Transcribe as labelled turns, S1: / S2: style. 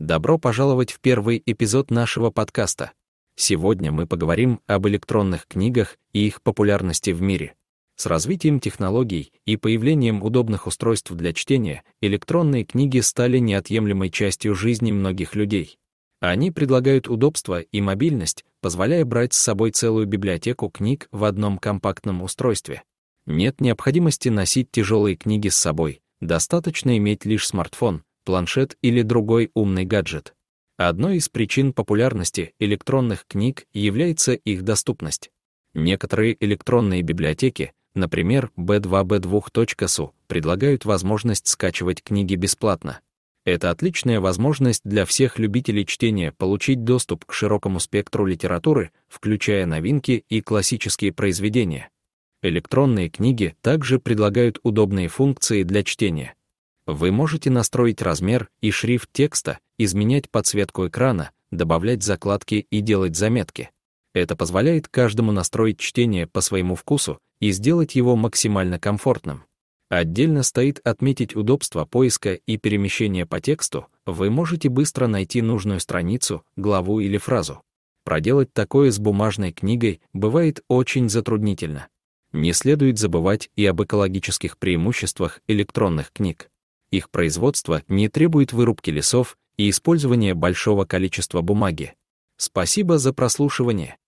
S1: Добро пожаловать в первый эпизод нашего подкаста. Сегодня мы поговорим об электронных книгах и их популярности в мире. С развитием технологий и появлением удобных устройств для чтения, электронные книги стали неотъемлемой частью жизни многих людей. Они предлагают удобство и мобильность, позволяя брать с собой целую библиотеку книг в одном компактном устройстве. Нет необходимости носить тяжелые книги с собой, достаточно иметь лишь смартфон, планшет или другой умный гаджет. Одной из причин популярности электронных книг является их доступность. Некоторые электронные библиотеки, например, b2b2.su, предлагают возможность скачивать книги бесплатно. Это отличная возможность для всех любителей чтения получить доступ к широкому спектру литературы, включая новинки и классические произведения. Электронные книги также предлагают удобные функции для чтения. Вы можете настроить размер и шрифт текста, изменять подсветку экрана, добавлять закладки и делать заметки. Это позволяет каждому настроить чтение по своему вкусу и сделать его максимально комфортным. Отдельно стоит отметить удобство поиска и перемещения по тексту. Вы можете быстро найти нужную страницу, главу или фразу. Проделать такое с бумажной книгой бывает очень затруднительно. Не следует забывать и об экологических преимуществах электронных книг. Их производство не требует вырубки лесов и использования большого количества бумаги. Спасибо за прослушивание.